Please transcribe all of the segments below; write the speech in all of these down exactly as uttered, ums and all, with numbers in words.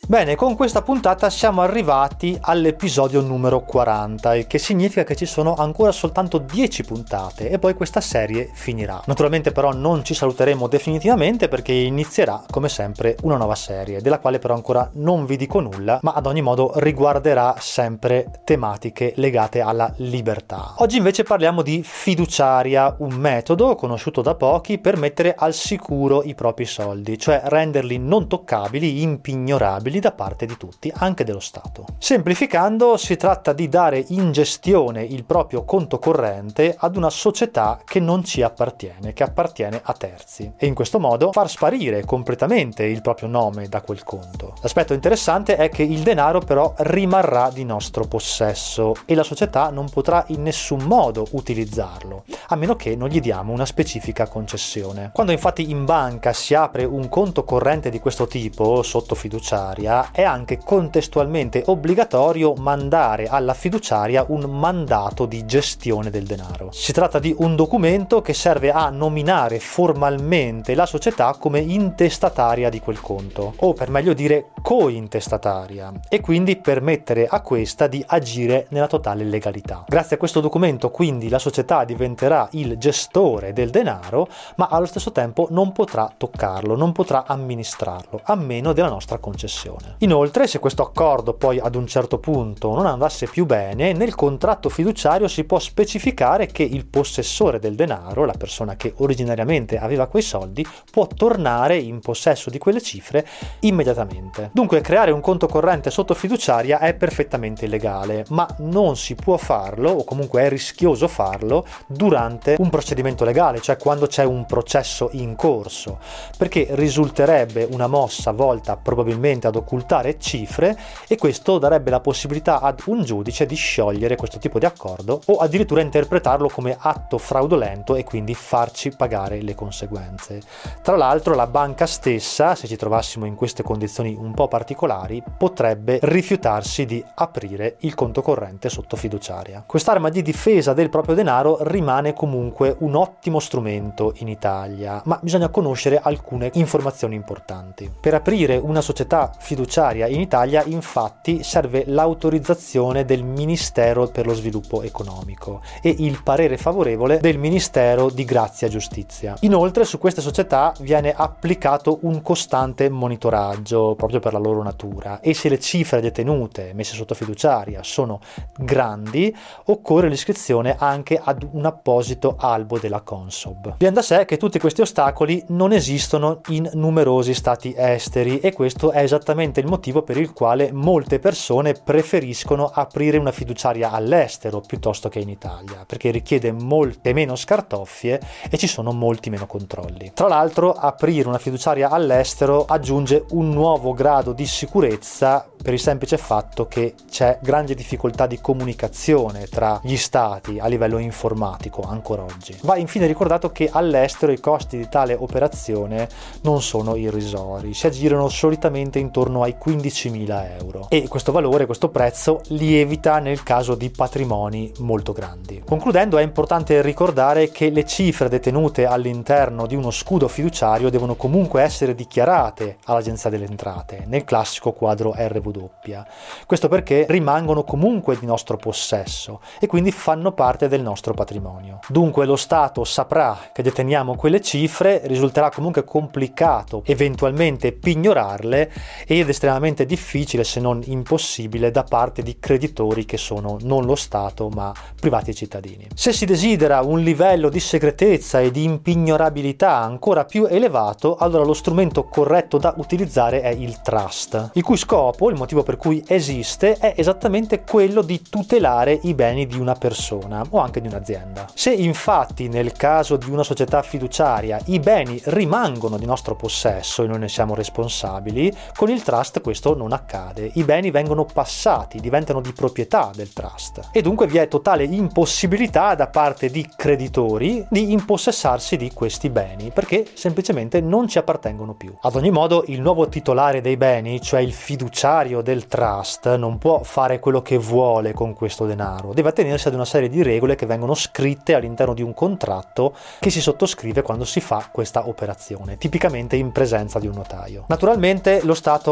Bene, con questa puntata siamo arrivati all'episodio numero quaranta, il che significa che ci sono ancora soltanto dieci puntate e poi questa serie finirà. Naturalmente però non ci saluteremo definitivamente perché inizierà come sempre una nuova serie, della quale però ancora non vi dico nulla, ma ad ogni modo riguarderà sempre tematiche legate alla libertà. Oggi invece parliamo di fiduciaria, un metodo conosciuto da pochi per mettere al sicuro i propri soldi, cioè renderli non toccabili, impignorabili da parte di tutti, anche dello Stato. Semplificando, si tratta di dare in gestione il proprio conto corrente ad una società che non ci appartiene, che appartiene a terzi, e in questo modo far sparire completamente il proprio nome da quel conto. L'aspetto interessante è che il denaro però rimarrà di nostro possesso e la società non potrà in nessun modo utilizzarlo, a meno che non gli diamo una specifica concessione. Quando infatti in banca si apre un conto corrente di questo tipo, sotto fiduciaria, è anche contestualmente obbligatorio mandare alla fiduciaria un mandato di gestione del denaro. Si tratta di un documento che serve a nominare formalmente la società come intestataria di quel conto, o per meglio dire cointestataria, e quindi permettere a questa di agire nella totale legalità. Grazie a questo documento quindi la società diventerà il gestore del denaro, ma allo stesso tempo non potrà toccarlo, non potrà amministrarlo, a meno della nostra concessione. Inoltre, se questo accordo poi ad un certo punto non andasse più bene, nel contratto fiduciario si può specificare che il possessore del denaro, la persona che originariamente aveva quei soldi, può tornare in possesso di quelle cifre immediatamente. Dunque, creare un conto corrente sotto fiduciaria è perfettamente legale, ma non si può farlo, o comunque è rischioso farlo, durante un procedimento legale, cioè quando c'è un processo in corso, perché risulterebbe una mossa volta probabilmente ad occultare cifre, e questo darebbe la possibilità ad un giudice di sciogliere questo tipo di accordo o addirittura interpretarlo come atto fraudolento e quindi farci pagare le conseguenze. Tra l'altro la banca stessa, se ci trovassimo in queste condizioni un po' particolari, potrebbe rifiutarsi di aprire il conto corrente sotto fiduciaria. Quest'arma di difesa del proprio denaro rimane comunque un ottimo strumento in Italia, ma bisogna conoscere alcune informazioni importanti. Per aprire una società fiduciaria in Italia, infatti, serve l'autorizzazione del Ministero per lo Sviluppo Economico e il parere favorevole del Ministero di Grazia e Giustizia. Inoltre, su queste società viene applicato un costante monitoraggio proprio per la loro natura, e se le cifre detenute messe sotto fiduciaria sono grandi, occorre l'iscrizione anche ad un apposito albo della Consob. Viene da sé che tutti questi ostacoli non esistono in numerosi stati esteri, e questo è esattamente il motivo per il quale molte persone preferiscono aprire una fiduciaria all'estero piuttosto che in Italia, perché richiede molte meno scartoffie e ci sono molti meno controlli. Tra l'altro, aprire una fiduciaria all'estero aggiunge un nuovo grado di sicurezza per il semplice fatto che c'è grande difficoltà di comunicazione tra gli stati a livello informatico ancora oggi. Va infine ricordato che all'estero i costi di tale operazione non sono irrisori, si aggirano solitamente intorno ai quindicimila euro, e questo valore, questo prezzo lievita nel caso di patrimoni molto grandi. Concludendo, è importante ricordare che le cifre detenute all'interno di uno scudo fiduciario devono comunque essere dichiarate all'Agenzia delle Entrate nel classico quadro R W. Questo perché rimangono comunque di nostro possesso e quindi fanno parte del nostro patrimonio. Dunque lo Stato saprà che deteniamo quelle cifre, risulterà comunque complicato eventualmente pignorarle ed estremamente difficile, se non impossibile, da parte di creditori che sono non lo Stato ma privati cittadini. Se si desidera un livello di segretezza e di impignorabilità ancora più elevato, allora lo strumento corretto da utilizzare è il trust, il cui scopo, il motivo per cui esiste, è esattamente quello di tutelare i beni di una persona o anche di un'azienda. Se infatti nel caso di una società fiduciaria i beni rimangono di nostro possesso e noi ne siamo responsabili, con il trust questo non accade. I beni vengono passati, diventano di proprietà del trust, e dunque vi è totale impossibilità da parte di creditori di impossessarsi di questi beni perché semplicemente non ci appartengono più. Ad ogni modo, il nuovo titolare dei beni, cioè il fiduciario del trust, non può fare quello che vuole con questo denaro, deve attenersi ad una serie di regole che vengono scritte all'interno di un contratto che si sottoscrive quando si fa questa operazione, tipicamente in presenza di un notaio. Naturalmente lo Stato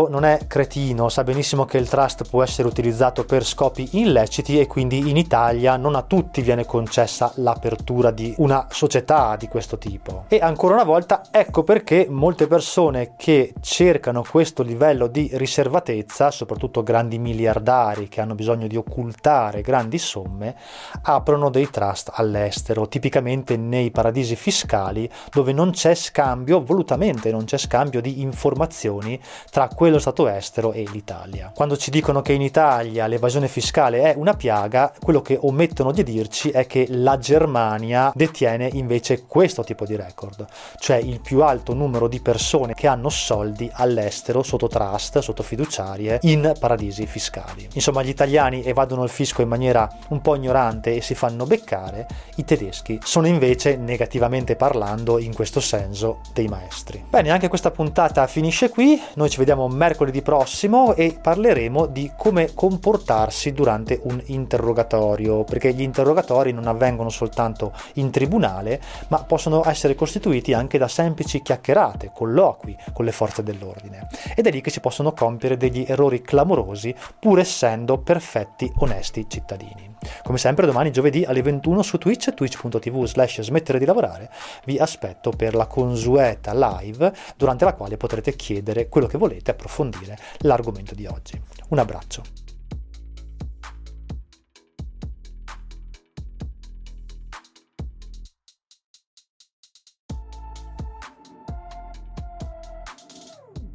Matteo non è cretino, sa benissimo che il trust può essere utilizzato per scopi illeciti e quindi in Italia non a tutti viene concessa l'apertura di una società di questo tipo. E ancora una volta ecco perché molte persone che cercano questo livello di riservatezza, soprattutto grandi miliardari che hanno bisogno di occultare grandi somme, aprono dei trust all'estero, tipicamente nei paradisi fiscali dove non c'è scambio, volutamente non c'è scambio di informazioni tra quello stato estero e l'Italia. Quando ci dicono che in Italia l'evasione fiscale è una piaga, quello che omettono di dirci è che la Germania detiene invece questo tipo di record, cioè il più alto numero di persone che hanno soldi all'estero sotto trust, sotto fiduciarie, in paradisi fiscali. Insomma, gli italiani evadono il fisco in maniera un po' ignorante e si fanno beccare, i tedeschi sono invece, negativamente parlando, in questo senso dei maestri. Bene, anche questa puntata finisce qui, noi ci vediamo mercoledì prossimo e parleremo di come comportarsi durante un interrogatorio, perché gli interrogatori non avvengono soltanto in tribunale, ma possono essere costituiti anche da semplici chiacchierate, colloqui con le forze dell'ordine. Ed è lì che si possono compiere degli errori clamorosi, pur essendo perfetti, onesti cittadini. Come sempre domani giovedì alle ventuno su Twitch, twitch punto tv slash smettere di lavorare, vi aspetto per la consueta live durante la quale potrete chiedere quello che volete, approfondire l'argomento di oggi. Un abbraccio.